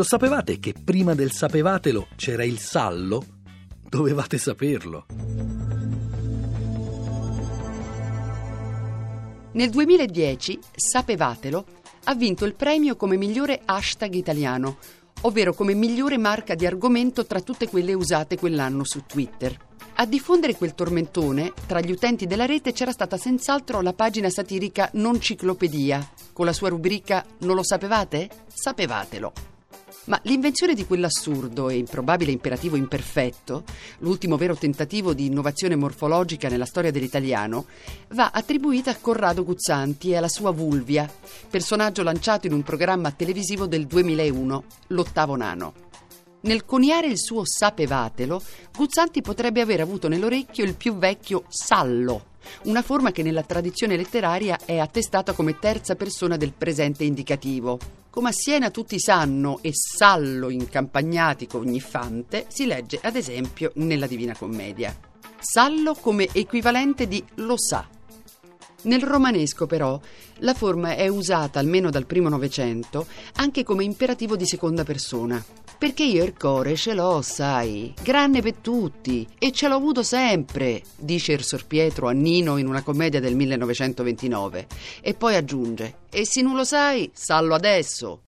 Lo sapevate che prima del sapevatelo c'era il sallo? Dovevate saperlo. Nel 2010 Sapevatelo ha vinto il premio come migliore hashtag italiano, ovvero come migliore marca di argomento tra tutte quelle usate quell'anno su Twitter. A diffondere quel tormentone, tra gli utenti della rete c'era stata senz'altro la pagina satirica Nonciclopedia, con la sua rubrica Non lo sapevate? Sapevatelo. Ma l'invenzione di quell'assurdo e improbabile imperativo imperfetto, l'ultimo vero tentativo di innovazione morfologica nella storia dell'italiano, va attribuita a Corrado Guzzanti e alla sua Vulvia, personaggio lanciato in un programma televisivo del 2001, L'Ottavo Nano. Nel coniare il suo Sapevatelo, Guzzanti potrebbe aver avuto nell'orecchio il più vecchio sallo, una forma che nella tradizione letteraria è attestata come terza persona del presente indicativo. Come a Siena tutti sanno e sallo incampagnati con ogni fante, si legge ad esempio nella Divina Commedia. Sallo come equivalente di lo sa. Nel romanesco però la forma è usata almeno dal primo Novecento anche come imperativo di seconda persona. Perché io il core ce l'ho, sai, grande per tutti, e ce l'ho avuto sempre, dice il Sor Pietro a Nino in una commedia del 1929. E poi aggiunge, e se non lo sai, sallo adesso.